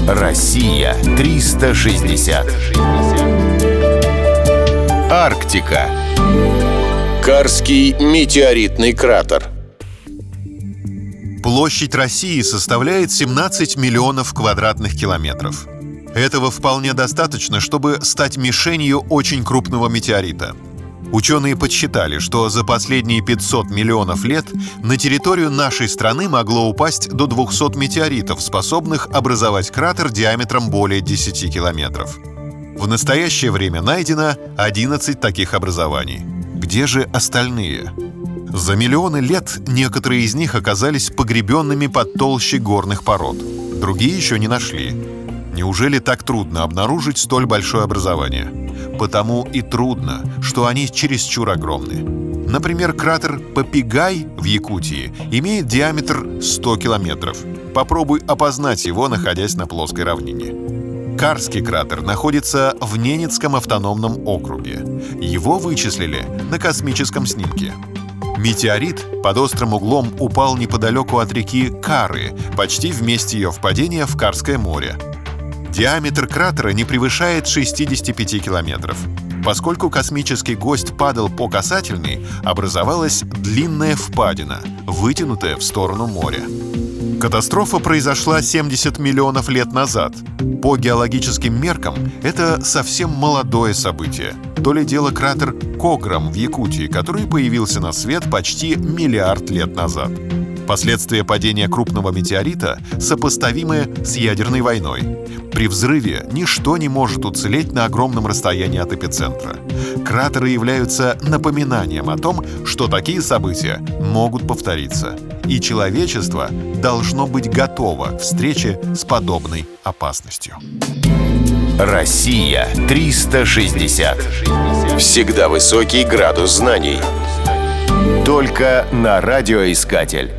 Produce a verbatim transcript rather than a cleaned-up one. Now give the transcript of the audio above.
Россия триста шестьдесят. Арктика. Карский метеоритный кратер. Площадь России составляет семнадцать миллионов квадратных километров. Этого вполне достаточно, чтобы стать мишенью очень крупного метеорита. Ученые подсчитали, что за последние пятьсот миллионов лет на территорию нашей страны могло упасть до двухсот метеоритов, способных образовать кратер диаметром более десяти километров. В настоящее время найдено одиннадцать таких образований. Где же остальные? За миллионы лет некоторые из них оказались погребенными под толщей горных пород. Другие еще не нашли. Неужели так трудно обнаружить столь большое образование? Потому и трудно, что они чересчур огромны. Например, кратер Попигай в Якутии имеет диаметр сто километров. Попробуй опознать его, находясь на плоской равнине. Карский кратер находится в Ненецком автономном округе. Его вычислили на космическом снимке. Метеорит под острым углом упал неподалеку от реки Кары, почти в месте ее впадения в Карское море. Диаметр кратера не превышает шестидесяти пяти километров. Поскольку космический гость падал по касательной, образовалась длинная впадина, вытянутая в сторону моря. Катастрофа произошла семьдесят миллионов лет назад. По геологическим меркам это совсем молодое событие. То ли дело кратер Кограм в Якутии, который появился на свет почти миллиард лет назад. Последствия падения крупного метеорита сопоставимы с ядерной войной. При взрыве ничто не может уцелеть на огромном расстоянии от эпицентра. Кратеры являются напоминанием о том, что такие события могут повториться. И человечество должно быть готово к встрече с подобной опасностью. Россия триста шестьдесят. Всегда высокий градус знаний. Только на радиоискатель.